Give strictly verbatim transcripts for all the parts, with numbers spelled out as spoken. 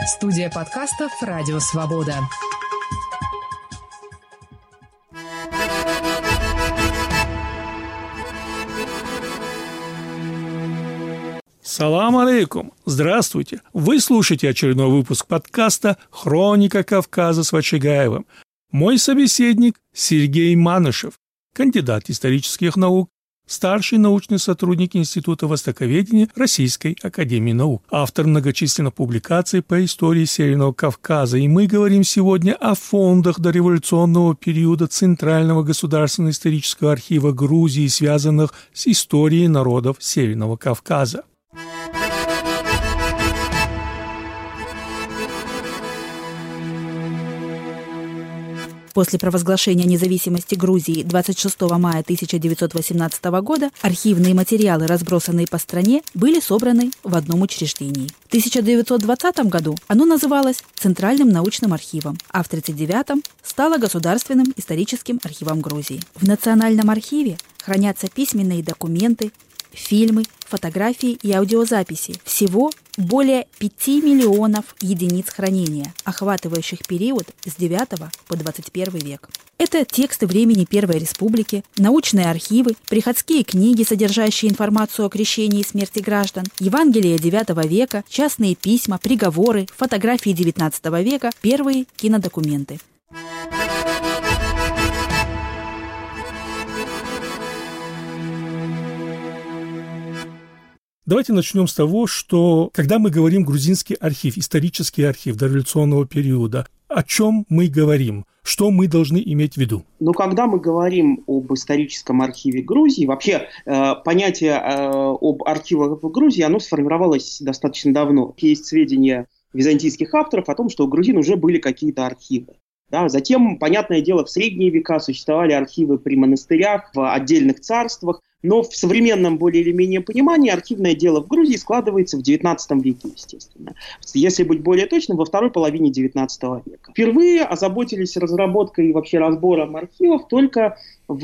Студия подкастов «Радио Свобода». Салам алейкум! Здравствуйте! Вы слушаете очередной выпуск подкаста «Хроника Кавказа» с Вачигаевым. Мой собеседник Сергей Манышев, кандидат исторических наук, старший научный сотрудник Института востоковедения Российской академии наук, автор многочисленных публикаций по истории Северного Кавказа. И мы говорим сегодня о фондах дореволюционного периода Центрального государственного исторического архива Грузии, связанных с историей народов Северного Кавказа. После провозглашения независимости Грузии двадцать шестого мая тысяча девятьсот восемнадцатого года архивные материалы, разбросанные по стране, были собраны в одном учреждении. В тысяча девятьсот двадцатом году оно называлось Центральным научным архивом, а в тысяча девятьсот тридцать девятом стало Государственным историческим архивом Грузии. В Национальном архиве хранятся письменные документы, фильмы, фотографии и аудиозаписи. Всего более пяти миллионов единиц хранения, охватывающих период с девятого по двадцать первый век. Это тексты времени Первой Республики, научные архивы, приходские книги, содержащие информацию о крещении и смерти граждан, Евангелие девятого века, частные письма, приговоры, фотографии девятнадцатого века, первые кинодокументы. Давайте начнем с того, что когда мы говорим грузинский архив, исторический архив дореволюционного периода, о чем мы говорим? Что мы должны иметь в виду? Ну, когда мы говорим об историческом архиве Грузии, вообще э, понятие э, об архивах в Грузии, оно сформировалось достаточно давно. Есть сведения византийских авторов о том, что у грузин уже были какие-то архивы. Да, затем, понятное дело, в средние века существовали архивы при монастырях, в отдельных царствах, но в современном более или менее понимании архивное дело в Грузии складывается в девятнадцатом веке, естественно. Если быть более точным, во второй половине девятнадцатого века. Впервые озаботились разработкой и вообще разбором архивов только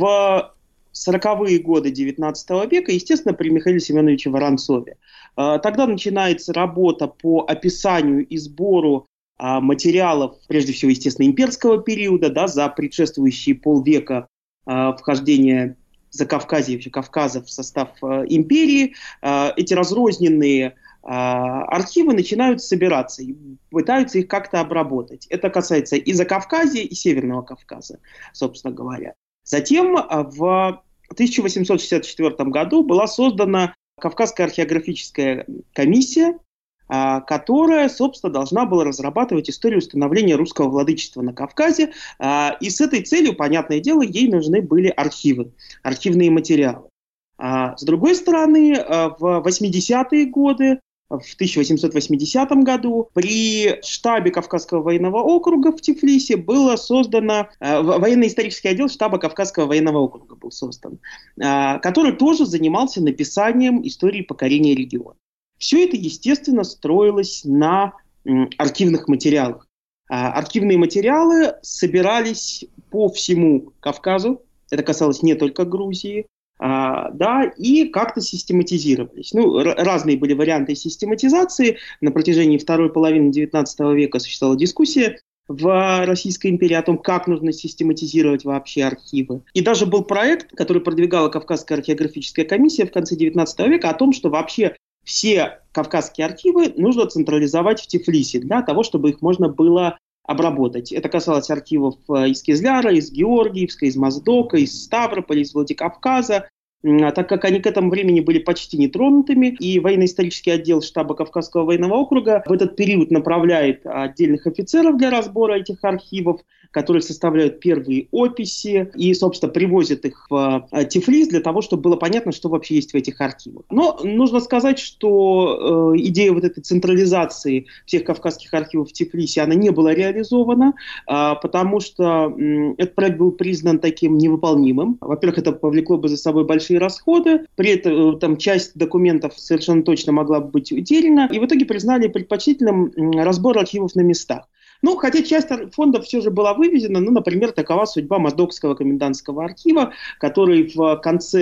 в сороковые годы девятнадцатого века, естественно, при Михаиле Семеновиче Воронцове. Тогда начинается работа по описанию и сбору материалов, прежде всего, естественно, имперского периода, да, за предшествующие полвека э, вхождения Закавказья, вообще Кавказа в состав э, империи. Э, эти разрозненные э, архивы начинают собираться и пытаются их как-то обработать. Это касается и Закавказья, и Северного Кавказа, собственно говоря. Затем э, в тысяча восемьсот шестьдесят четвёртом году была создана Кавказская археографическая комиссия, которая, собственно, должна была разрабатывать историю установления русского владычества на Кавказе. И с этой целью, понятное дело, ей нужны были архивы, архивные материалы. С другой стороны, в восьмидесятые годы, в тысяча восемьсот восьмидесятом году при штабе Кавказского военного округа в Тифлисе было создано, военно-исторический отдел штаба Кавказского военного округа был создан, который тоже занимался написанием истории покорения региона. Все это, естественно, строилось на м, архивных материалах. А, архивные материалы собирались по всему Кавказу, это касалось не только Грузии, а, да, и как-то систематизировались. Ну, р- разные были варианты систематизации. На протяжении второй половины девятнадцатого века существовала дискуссия в Российской империи о том, как нужно систематизировать вообще архивы. И даже был проект, который продвигала Кавказская археографическая комиссия в конце девятнадцатого века, о том, что вообще все кавказские архивы нужно централизовать в Тифлисе для того, чтобы их можно было обработать. Это касалось архивов из Кизляра, из Георгиевска, из Моздока, из Ставрополя, из Владикавказа, так как они к этому времени были почти нетронутыми. И военно-исторический отдел штаба Кавказского военного округа в этот период направляет отдельных офицеров для разбора этих архивов, которые составляют первые описи и, собственно, привозят их в Тифлис для того, чтобы было понятно, что вообще есть в этих архивах. Но нужно сказать, что э, идея вот этой централизации всех кавказских архивов в Тифлисе, она не была реализована, э, потому что э, этот проект был признан таким невыполнимым. Во-первых, это повлекло бы за собой большие расходы, при этом там, часть документов совершенно точно могла бы быть утеряна, и в итоге признали предпочтительным э, разбор архивов на местах. Ну, хотя часть фондов все же была вывезена, ну, например, такова судьба Моздокского комендантского архива, который в конце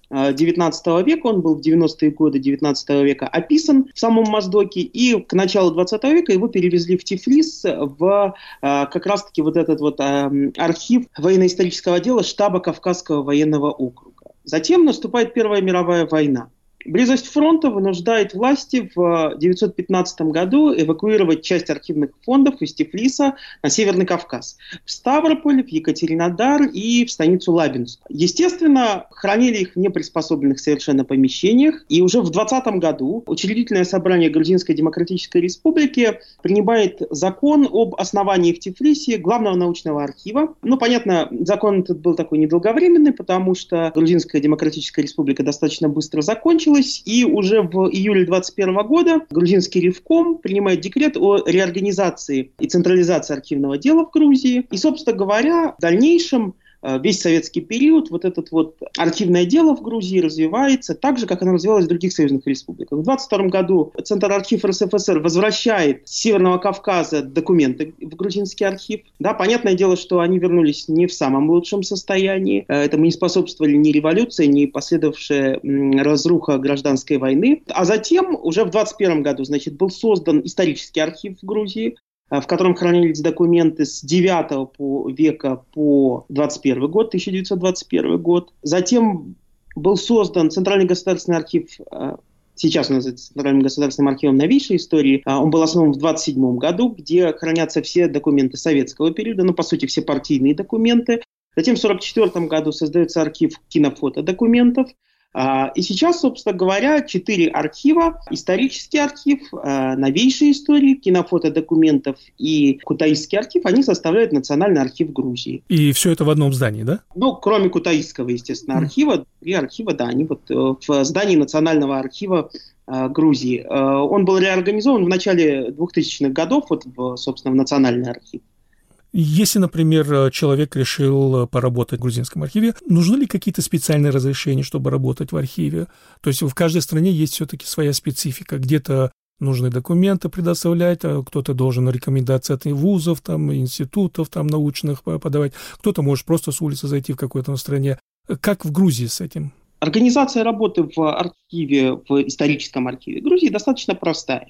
девятнадцатого века, он был в девяностые годы девятнадцатого века описан в самом Моздоке, и к началу двадцатого века его перевезли в Тифлис, в как раз-таки вот этот вот архив военно-исторического отдела штаба Кавказского военного округа. Затем наступает Первая мировая война. Близость фронта вынуждает власти в девятьсот пятнадцатом году эвакуировать часть архивных фондов из Тифлиса на Северный Кавказ, в Ставрополь, в Екатеринодар и в станицу Лабинск. Естественно, хранили их в неприспособленных совершенно помещениях, и уже в двадцатом году Учредительное собрание Грузинской Демократической Республики принимает закон об основании в Тифлисе главного научного архива. Ну, понятно, закон этот был такой недолговременный, потому что Грузинская Демократическая Республика достаточно быстро закончилась, и уже в июле двадцать первого года грузинский Ревком принимает декрет о реорганизации и централизации архивного дела в Грузии. И, собственно говоря, в дальнейшем весь советский период вот это вот архивное дело в Грузии развивается так же, как оно развивалось в других союзных республиках. В двадцать втором году Центр архив эр эс эф эс эр возвращает с Северного Кавказа документы в грузинский архив. Да, понятное дело, что они вернулись не в самом лучшем состоянии. Этому не способствовали ни революция, ни последовавшая разруха гражданской войны. А затем, уже в двадцать первом году, значит, был создан исторический архив в Грузии, в котором хранились документы с девятого века по двадцать первый год, тысяча девятьсот двадцать первый год. Затем был создан Центральный государственный архив, сейчас он называется Центральным государственным архивом новейшей истории. Он был основан в двадцать седьмом году, где хранятся все документы советского периода, ну, по сути, все партийные документы. Затем в сорок четвёртом году создается архив кинофотодокументов. И сейчас, собственно говоря, четыре архива: исторический архив, новейшей истории, кинофотодокументов и Кутаисский архив, они составляют Национальный архив Грузии. И все это в одном здании, да? Ну, кроме Кутаисского, естественно, архива. Три архива, да, они вот в здании Национального архива Грузии. Он был реорганизован в начале двухтысячных годов, вот, собственно, в Национальный архив. Если, например, человек решил поработать в грузинском архиве, нужны ли какие-то специальные разрешения, чтобы работать в архиве? То есть в каждой стране есть все-таки своя специфика. Где-то нужны документы предоставлять, а кто-то должен рекомендации от вузов, там, институтов там, научных подавать, кто-то может просто с улицы зайти в какой-то стране. Как в Грузии с этим? Организация работы в архиве, в историческом архиве Грузии достаточно простая.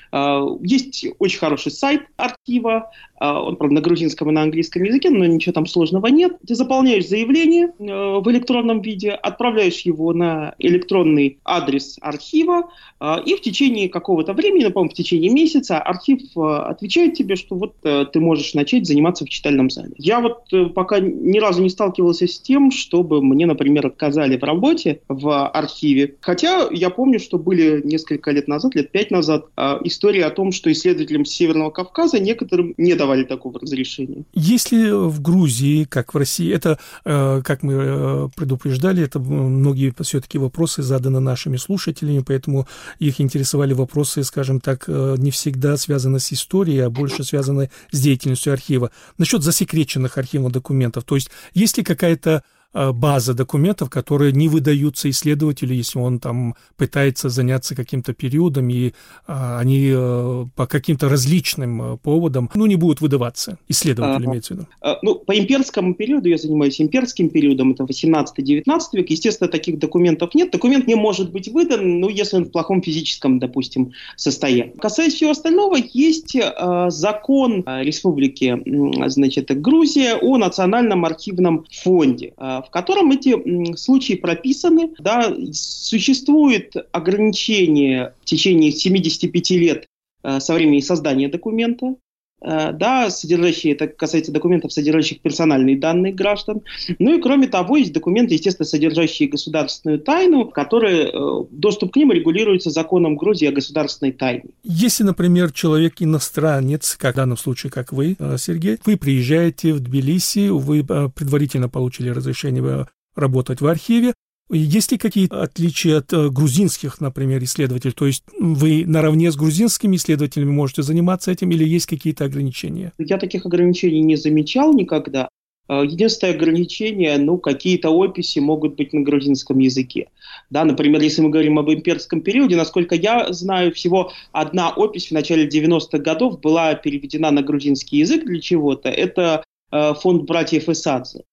Есть очень хороший сайт архива, он, правда, на грузинском и на английском языке, но ничего там сложного нет. Ты заполняешь заявление в электронном виде, отправляешь его на электронный адрес архива, и в течение какого-то времени, по-моему, в течение месяца, архив отвечает тебе, что вот ты можешь начать заниматься в читальном зале. Я вот пока ни разу не сталкивался с тем, чтобы мне, например, отказали в работе в архиве. Хотя я помню, что были несколько лет назад, лет пять назад, истории о том, что исследователям Северного Кавказа некоторым не давали такого разрешения. Если в Грузии, как в России, это, как мы предупреждали, это многие все-таки вопросы заданы нашими слушателями, поэтому их интересовали вопросы, скажем так, не всегда связаны с историей, а больше связаны с деятельностью архива. Насчет засекреченных архивных документов, то есть есть ли какая-то база документов, которые не выдаются исследователю, если он там пытается заняться каким-то периодом, и а, они а, по каким-то различным поводам, ну, не будут выдаваться. Исследователю, а, имеется в виду. А, ну, по имперскому периоду, я занимаюсь имперским периодом, это восемнадцатый-девятнадцатый век, естественно, таких документов нет. Документ не может быть выдан, ну, если он в плохом физическом, допустим, состоянии. Касаясь всего остального, есть а, закон Республики, значит, Грузия о Национальном архивном фонде, а, в котором эти случаи прописаны. Да, существует ограничение в течение семидесяти пяти лет э, со времени создания документа, э, да, содержащие, это касается документов, содержащих персональные данные граждан. Ну и кроме того, есть документы, естественно, содержащие государственную тайну, которые, э, доступ к ним регулируется законом Грузии о государственной тайне. Если, например, человек иностранец, как в данном случае, как вы, Сергей, вы приезжаете в Тбилиси, вы предварительно получили разрешение работать в архиве, есть ли какие-то отличия от грузинских, например, исследователей? То есть вы наравне с грузинскими исследователями можете заниматься этим или есть какие-то ограничения? Я таких ограничений не замечал никогда. Единственное ограничение, ну, какие-то описи могут быть на грузинском языке. Да, например, если мы говорим об имперском периоде, насколько я знаю, всего одна опись в начале девяностых годов была переведена на грузинский язык для чего-то. Это э, фонд братьев Исадзе.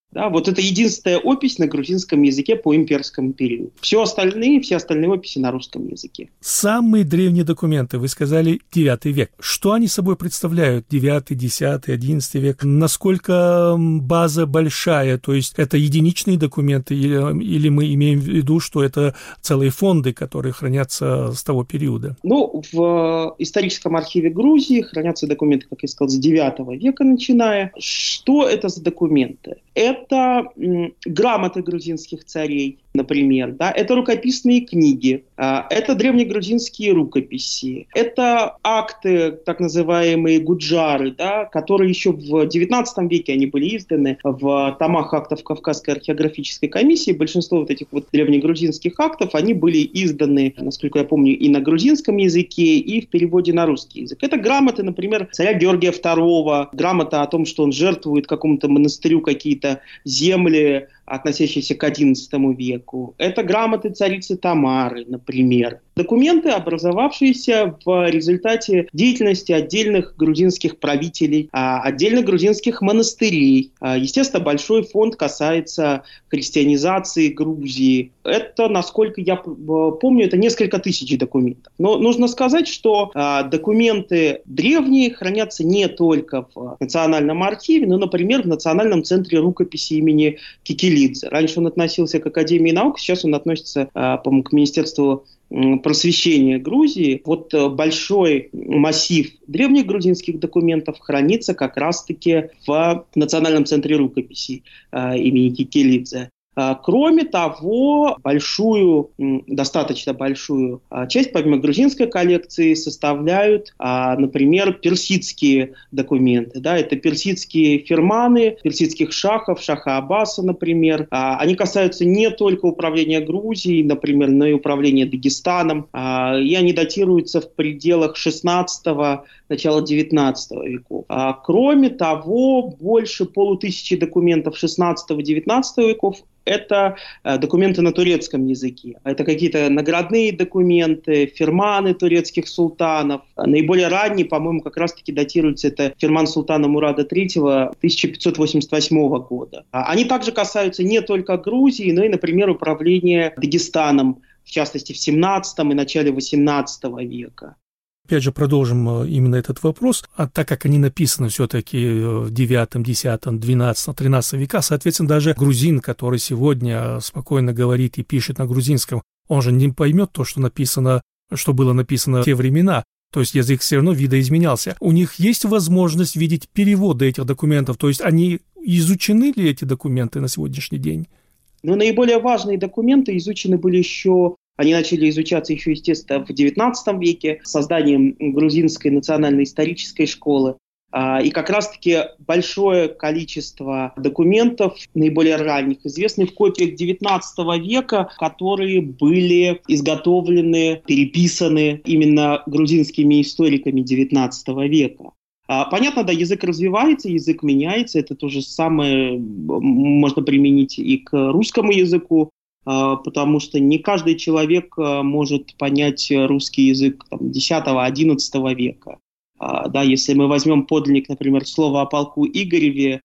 Да, вот это единственная опись на грузинском языке по имперскому периоду. Все остальные, все остальные описи на русском языке. Самые древние документы, вы сказали, девятый век. Что они собой представляют? девятый, десятый, одиннадцатый век? Насколько база большая? То есть это единичные документы или, или мы имеем в виду, что это целые фонды, которые хранятся с того периода? Ну, в историческом архиве Грузии хранятся документы, как я сказал, с девятого века начиная. Что это за документы? Это м, грамоты грузинских царей, например, да, это рукописные книги, а, это древнегрузинские рукописи, это акты, так называемые гуджары, да, которые еще в девятнадцатом веке они были изданы в томах актов Кавказской археографической комиссии. Большинство вот этих вот древнегрузинских актов, они были изданы, насколько я помню, и на грузинском языке, и в переводе на русский язык. Это грамоты, например, царя Георгия второго, грамота о том, что он жертвует какому-то монастырю какие-то земли, относящиеся к одиннадцатому веку. Это грамоты царицы Тамары, например. Документы, образовавшиеся в результате деятельности отдельных грузинских правителей, отдельных грузинских монастырей. Естественно, большой фонд касается христианизации Грузии. Это, насколько я помню, это несколько тысяч документов. Но нужно сказать, что документы древние хранятся не только в Национальном архиве, но, например, в Национальном центре рукописи имени Кикилидзе. Раньше он относился к Академии наук, сейчас он относится, по-моему, к Министерству просвещения Грузии. Вот большой массив древних грузинских документов хранится как раз-таки в Национальном центре рукописей имени Кикилидзе. Кроме того, большую, достаточно большую часть, помимо грузинской коллекции, составляют, например, персидские документы. Да, это персидские фирманы, персидских шахов, шаха Аббаса, например. Они касаются не только управления Грузией, например, но и управления Дагестаном. И они датируются в пределах шестнадцатого, начала девятнадцатого веков. Кроме того, больше полутысячи документов шестнадцатого-девятнадцатого веков это документы на турецком языке. Это какие-то наградные документы, фирманы турецких султанов. Наиболее ранний, по-моему, как раз-таки датируется это фирман султана Мурада третьего тысяча пятьсот восемьдесят восьмого года. Они также касаются не только Грузии, но и, например, управления Дагестаном, в частности, в семнадцатом и начале восемнадцатого века. Опять же, продолжим именно этот вопрос. А так как они написаны все-таки в девятом, десятом, двенадцатом, тринадцатом века, соответственно, даже грузин, который сегодня спокойно говорит и пишет на грузинском, он же не поймет то, что написано, что было написано в те времена. То есть язык все равно видоизменялся. У них есть возможность видеть переводы этих документов? То есть они изучены ли эти документы на сегодняшний день? Ну, наиболее важные документы изучены были еще... Они начали изучаться еще, естественно, в девятнадцатом веке созданием грузинской национальной исторической школы. И как раз-таки большое количество документов, наиболее ранних, известны в копиях девятнадцатого века, которые были изготовлены, переписаны именно грузинскими историками девятнадцатого века. Понятно, да, язык развивается, язык меняется. Это то же самое можно применить и к русскому языку. Потому что не каждый человек может понять русский язык десятого-одиннадцатого века. Да, если мы возьмем подлинник, например, слова о полку Игореве,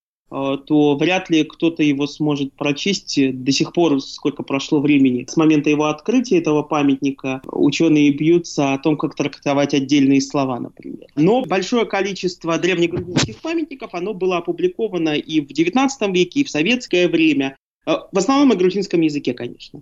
то вряд ли кто-то его сможет прочесть. До сих пор, сколько прошло времени, с момента его открытия этого памятника, ученые бьются о том, как трактовать отдельные слова, например. Но большое количество древнегрузинских памятников, оно было опубликовано и в девятнадцатом веке, и в советское время. В основном на грузинском языке, конечно.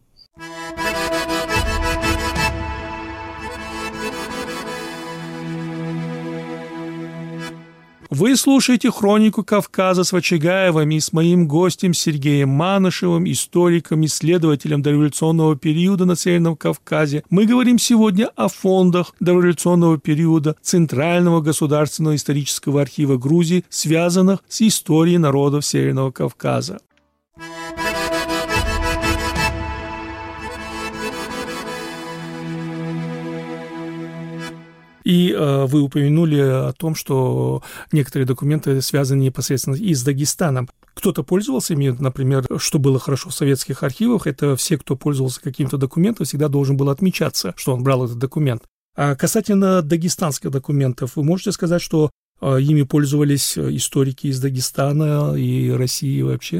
Вы слушаете «Хронику Кавказа» с Вачагаевым и с моим гостем Сергеем Манышевым, историком, исследователем дореволюционного периода на Северном Кавказе. Мы говорим сегодня о фондах дореволюционного периода Центрального государственного исторического архива Грузии, связанных с историей народов Северного Кавказа. И э, вы упомянули о том, что некоторые документы связаны непосредственно и с Дагестаном. Кто-то пользовался ими, например, что было хорошо в советских архивах, это все, кто пользовался каким-то документом, всегда должен был отмечаться, что он брал этот документ. А касательно дагестанских документов, вы можете сказать, что э, ими пользовались историки из Дагестана и России вообще?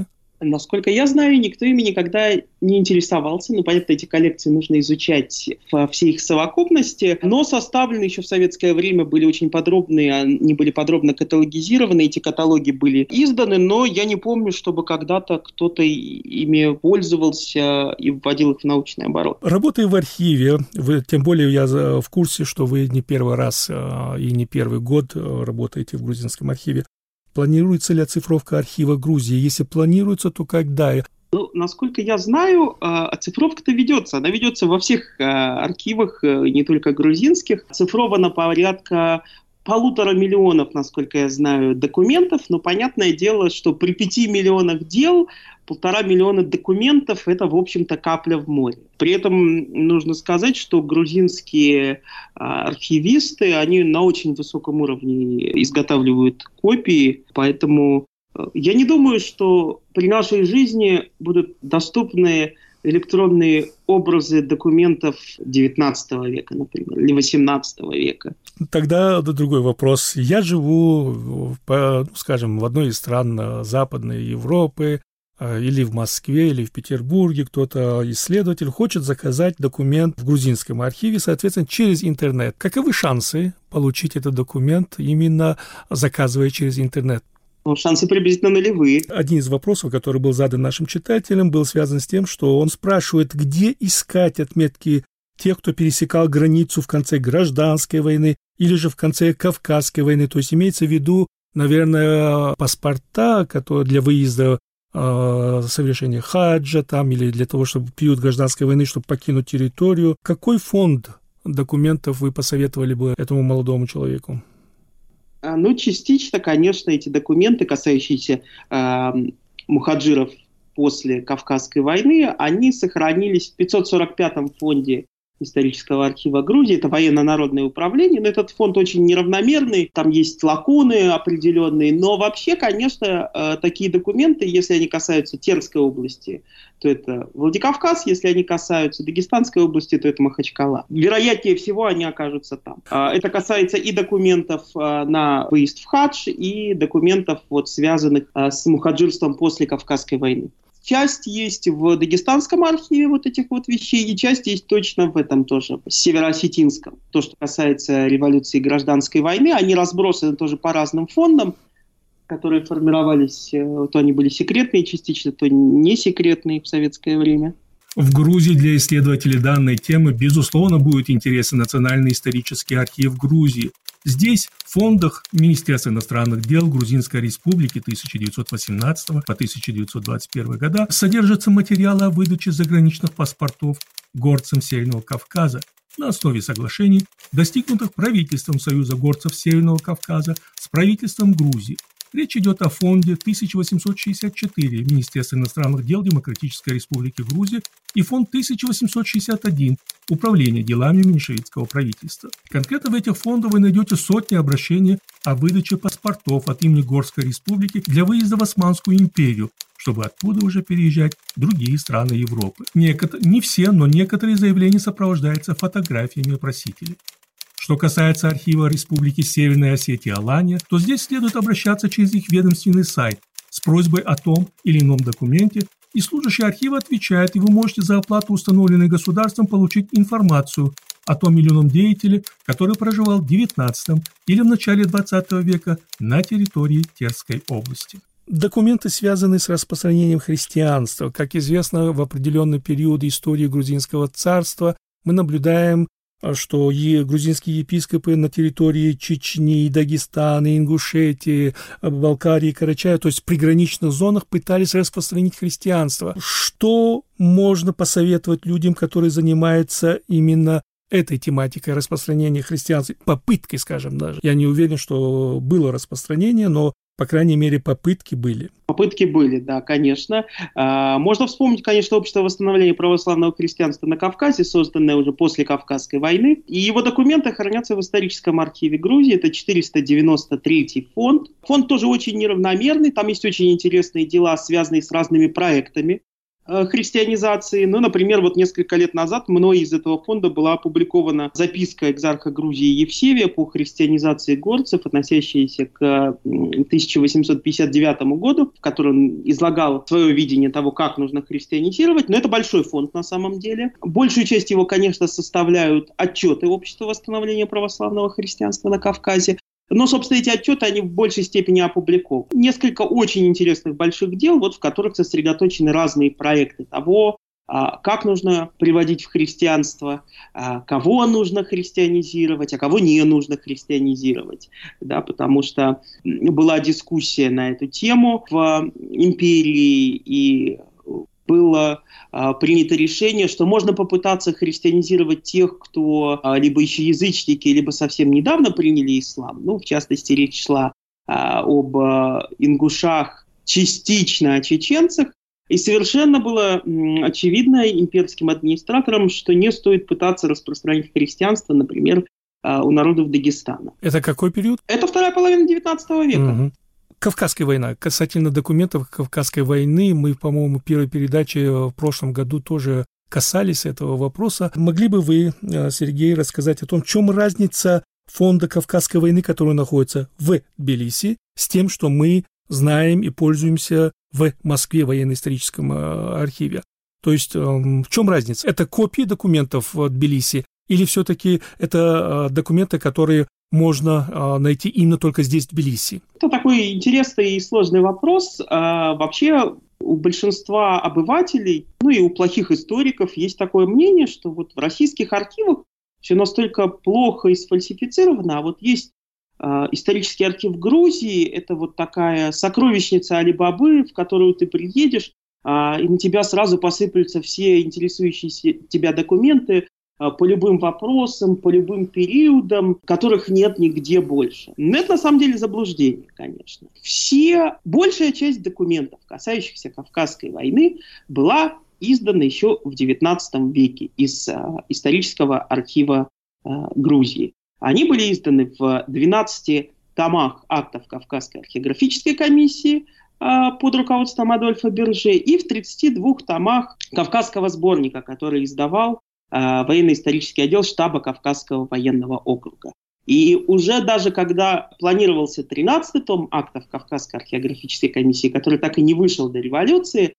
Насколько я знаю, никто ими никогда не интересовался. Ну, понятно, эти коллекции нужно изучать во всей их совокупности, но составлены еще в советское время, были очень подробные, они были подробно каталогизированы, эти каталоги были изданы, но я не помню, чтобы когда-то кто-то ими пользовался и вводил их в научный оборот. Работая в архиве, вы, тем более я в курсе, что вы не первый раз и не первый год работаете в грузинском архиве. Планируется ли оцифровка архива Грузии? Если планируется, то когда? Ну, насколько я знаю, оцифровка-то ведется. Она ведется во всех архивах, не только грузинских. Оцифровано порядка полутора миллионов, насколько я знаю, документов. Но понятное дело, что при пяти миллионах дел полтора миллиона документов – это, в общем-то, капля в море. При этом нужно сказать, что грузинские архивисты, они на очень высоком уровне изготавливают копии, поэтому я не думаю, что при нашей жизни будут доступны электронные образы документов девятнадцатого века, например, или восемнадцатого века. Тогда другой вопрос. Я живу, по, скажем, в одной из стран Западной Европы, или в Москве, или в Петербурге, кто-то, исследователь, хочет заказать документ в грузинском архиве, соответственно, через интернет. Каковы шансы получить этот документ, именно заказывая через интернет? Ну, шансы приблизительно нулевые. Один из вопросов, который был задан нашим читателям, был связан с тем, что он спрашивает, где искать отметки тех, кто пересекал границу в конце гражданской войны или же в конце Кавказской войны. То есть имеется в виду, наверное, паспорта, которые для выезда совершения хаджа там, или для того, чтобы в период гражданской войны, чтобы покинуть территорию. Какой фонд документов вы посоветовали бы этому молодому человеку? Ну, частично, конечно, эти документы, касающиеся э, мухаджиров после Кавказской войны, они сохранились в пятьсот сорок пятом фонде исторического архива Грузии, это военно-народное управление, но этот фонд очень неравномерный, там есть лакуны определенные, но вообще, конечно, такие документы, если они касаются Терской области, то это Владикавказ, если они касаются Дагестанской области, то это Махачкала. Вероятнее всего, они окажутся там. Это касается и документов на выезд в хадж, и документов, вот, связанных с мухаджирством после Кавказской войны. Часть есть в Дагестанском архиве вот этих вот вещей, и часть есть точно в этом тоже, в Северо-Осетинском. То, что касается революции и гражданской войны, они разбросаны тоже по разным фондам, которые формировались, то они были секретные частично, то не секретные в советское время. В Грузии для исследователей данной темы, безусловно, будет интересен Национальный исторический архив Грузии. Здесь в фондах Министерства иностранных дел Грузинской Республики тысяча девятьсот восемнадцатого по тысяча девятьсот двадцать первый года содержатся материалы о выдаче заграничных паспортов горцам Северного Кавказа на основе соглашений, достигнутых правительством Союза горцев Северного Кавказа с правительством Грузии. Речь идет о фонде тысяча восемьсот шестьдесят четыре Министерства иностранных дел Демократической Республики Грузия и фонд тысяча восемьсот шестьдесят один Управление делами меньшевистского правительства. Конкретно в этих фондах вы найдете сотни обращений о выдаче паспортов от имени Горской Республики для выезда в Османскую империю, чтобы оттуда уже переезжать в другие страны Европы. Некотор... Не все, но некоторые заявления сопровождаются фотографиями просителей. Что касается архива Республики Северная Осетия Алания, то здесь следует обращаться через их ведомственный сайт с просьбой о том или ином документе, и служащий архива отвечает, и вы можете за оплату, установленной государством, получить информацию о том или ином деятеле, который проживал в девятнадцатом или в начале двадцатого века на территории Терской области. Документы, связанные с распространением христианства. Как известно, в определенный период истории грузинского царства мы наблюдаем, что и грузинские епископы на территории Чечни, Дагестана, Ингушетии, Балкарии, Карачая, то есть в приграничных зонах пытались распространить христианство. Что можно посоветовать людям, которые занимаются именно этой тематикой распространения христианства, попыткой, скажем даже? Я не уверен, что было распространение, но по крайней мере, попытки были. Попытки были, да, конечно. Можно вспомнить, конечно, общество восстановления православного христианства на Кавказе, созданное уже после Кавказской войны. И его документы хранятся в историческом архиве Грузии. Это четыреста девяносто третий фонд. Фонд тоже очень неравномерный. Там есть очень интересные дела, связанные с разными проектами христианизации. Ну, например, вот несколько лет назад мной из этого фонда была опубликована записка экзарха Грузии Евсевия по христианизации горцев, относящаяся к тысяча восемьсот пятьдесят девятому году, в которой он излагал свое видение того, как нужно христианизировать. Но это большой фонд на самом деле. Большую часть его, конечно, составляют отчеты Общества восстановления православного христианства на Кавказе. Но, собственно, эти отчеты, они в большей степени опубликованы. Несколько очень интересных больших дел, вот, в которых сосредоточены разные проекты того, как нужно приводить в христианство, кого нужно христианизировать, а кого не нужно христианизировать. Да, потому что была дискуссия на эту тему в империи, и было а, принято решение, что можно попытаться христианизировать тех, кто а, либо еще язычники, либо совсем недавно приняли ислам. Ну, в частности, речь шла а, об а, ингушах, частично о чеченцах. И совершенно было м, очевидно имперским администраторам, что не стоит пытаться распространить христианство, например, а, у народов Дагестана. Это какой период? Это вторая половина девятнадцатого века. Угу. Кавказская война. Касательно документов Кавказской войны, мы, по-моему, в первой передаче в прошлом году тоже касались этого вопроса. Могли бы вы, Сергей, рассказать о том, в чем разница фонда Кавказской войны, который находится в Тбилиси, с тем, что мы знаем и пользуемся в Москве военно-историческом архиве? То есть в чем разница? Это копии документов в Тбилиси или все-таки это документы, которые можно а, найти именно только здесь, в Тбилиси? Это такой интересный и сложный вопрос. А, вообще у большинства обывателей, ну и у плохих историков есть такое мнение, что вот в российских архивах все настолько плохо и сфальсифицировано, а вот есть а, исторический архив Грузии, это вот такая сокровищница Али-Бабы, в которую ты приедешь, а, и на тебя сразу посыплются все интересующие тебя документы по любым вопросам, по любым периодам, которых нет нигде больше. Но это на самом деле заблуждение, конечно. Все, большая часть документов, касающихся Кавказской войны, была издана еще в девятнадцатом веке из а, исторического архива а, Грузии. Они были изданы в двенадцати томах актов Кавказской археографической комиссии а, под руководством Адольфа Берже и в тридцати двух томах Кавказского сборника, который издавал военно-исторический отдел штаба Кавказского военного округа. И уже даже когда планировался тринадцатый том актов Кавказской археографической комиссии, который так и не вышел до революции,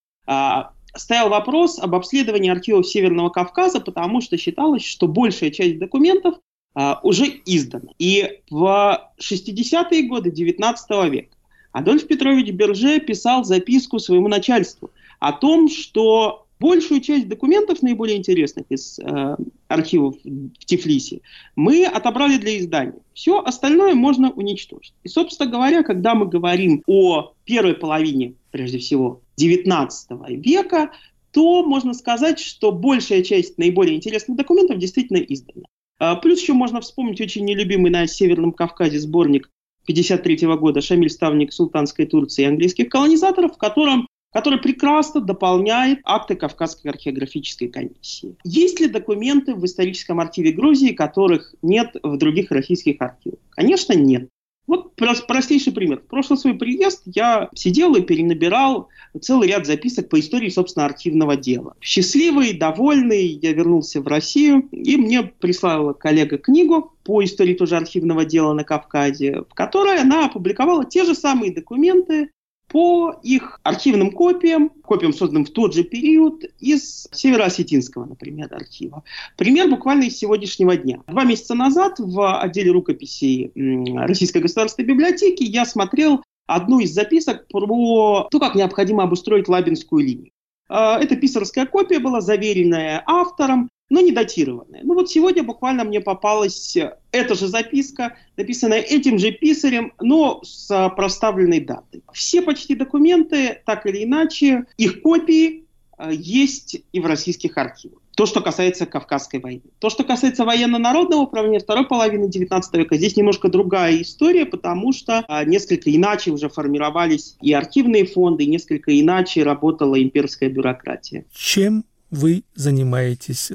стоял вопрос об обследовании архивов Северного Кавказа, потому что считалось, что большая часть документов уже издана. И в шестидесятые годы девятнадцатого века Адольф Петрович Берже писал записку своему начальству о том, что большую часть документов, наиболее интересных из э, архивов в Тифлисе, мы отобрали для издания. Все остальное можно уничтожить. И, собственно говоря, когда мы говорим о первой половине, прежде всего, девятнадцатого века, то можно сказать, что большая часть наиболее интересных документов действительно издана. А, плюс еще можно вспомнить очень нелюбимый на Северном Кавказе сборник пятьдесят третьего года «Шамиль, ставник султанской Турции и английских колонизаторов», в котором который прекрасно дополняет акты Кавказской археографической комиссии. Есть ли документы в историческом архиве Грузии, которых нет в других российских архивах? Конечно, нет. Вот простейший пример. В прошлый свой приезд я сидел и перенабирал целый ряд записок по истории, собственно, архивного дела. Счастливый, довольный, я вернулся в Россию, и мне прислала коллега книгу по истории тоже архивного дела на Кавказе, в которой она опубликовала те же самые документы, по их архивным копиям, копиям, созданным в тот же период, из Северо-Осетинского, например, архива. Пример буквально из сегодняшнего дня. Два месяца назад в отделе рукописей Российской государственной библиотеки я смотрел одну из записок про то, как необходимо обустроить Лабинскую линию. Это писарская копия была, заверенная автором, но не датированная. Ну вот сегодня буквально мне попалась эта же записка, написанная этим же писарем, но с проставленной датой. Все почти документы, так или иначе, их копии есть и в российских архивах. То, что касается Кавказской войны. То, что касается военно-народного управления второй половины девятнадцатого века, здесь немножко другая история, потому что а, несколько иначе уже формировались и архивные фонды, и несколько иначе работала имперская бюрократия. Чем вы занимаетесь?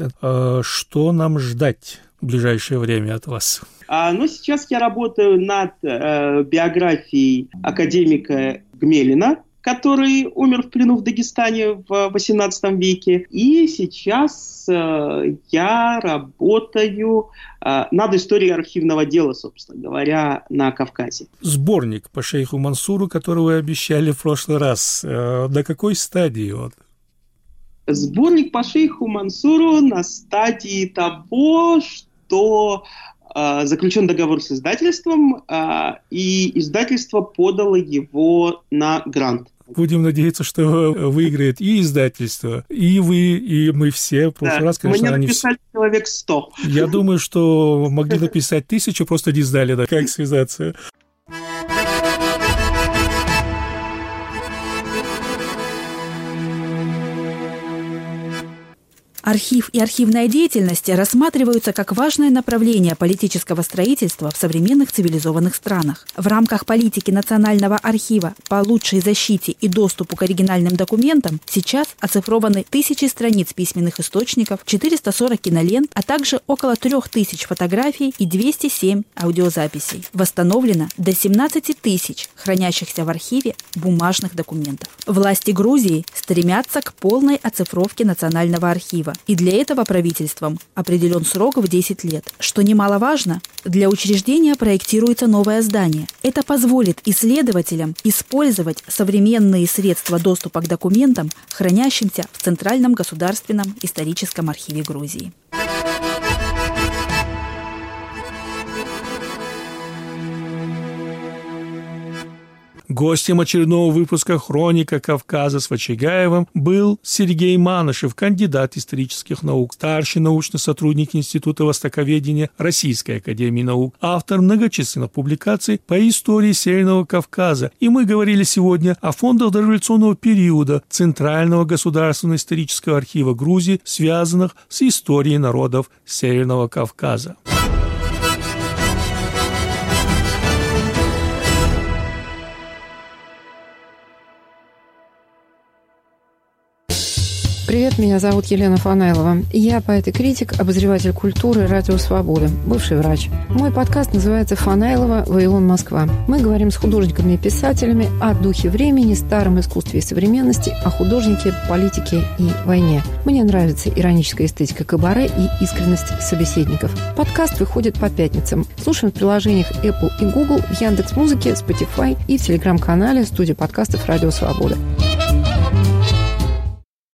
Что нам ждать в ближайшее время от вас? А, ну, сейчас я работаю над э, биографией академика Гмелина, который умер в плену в Дагестане в восемнадцатом веке. И сейчас э, я работаю э, над историей архивного дела, собственно говоря, на Кавказе. Сборник по шейху Мансуру, который вы обещали в прошлый раз, э, до какой стадии он? Сборник по шейху Мансуру на стадии того, что э, заключен договор с издательством, э, и издательство подало его на грант. Будем надеяться, что выиграет и издательство, и вы, и мы все. В прошлый да, раз, конечно, мне они написали все... человек сто. Я думаю, что могли написать тысячу, просто не знали, да, как связаться. Архив и архивная деятельность рассматриваются как важное направление политического строительства в современных цивилизованных странах. В рамках политики Национального архива по лучшей защите и доступу к оригинальным документам сейчас оцифрованы тысячи страниц письменных источников, четыреста сорок кинолент, а также около трех тысяч фотографий и двести семь аудиозаписей. Восстановлено до семнадцати тысяч хранящихся в архиве бумажных документов. Власти Грузии стремятся к полной оцифровке Национального архива. И для этого правительством определен срок в десять лет. Что немаловажно, для учреждения проектируется новое здание. Это позволит исследователям использовать современные средства доступа к документам, хранящимся в Центральном государственном историческом архиве Грузии. Гостем очередного выпуска «Хроника Кавказа» с Вачигаевым был Сергей Манышев, кандидат исторических наук, старший научный сотрудник Института востоковедения Российской академии наук, автор многочисленных публикаций по истории Северного Кавказа. И мы говорили сегодня о фондах дореволюционного периода Центрального государственного исторического архива Грузии, связанных с историей народов Северного Кавказа. Привет, меня зовут Елена Фанайлова. Я поэт и критик, обозреватель культуры «Радио Свобода», бывший врач. Мой подкаст называется «Фанайлова. Вавилон. Москва». Мы говорим с художниками и писателями о духе времени, старом искусстве и современности, о художнике, политике и войне. Мне нравится ироническая эстетика кабаре и искренность собеседников. Подкаст выходит по пятницам. Слушаем в приложениях Apple и Google, в Яндекс.Музыке, Spotify и в телеграм-канале студии подкастов «Радио Свобода».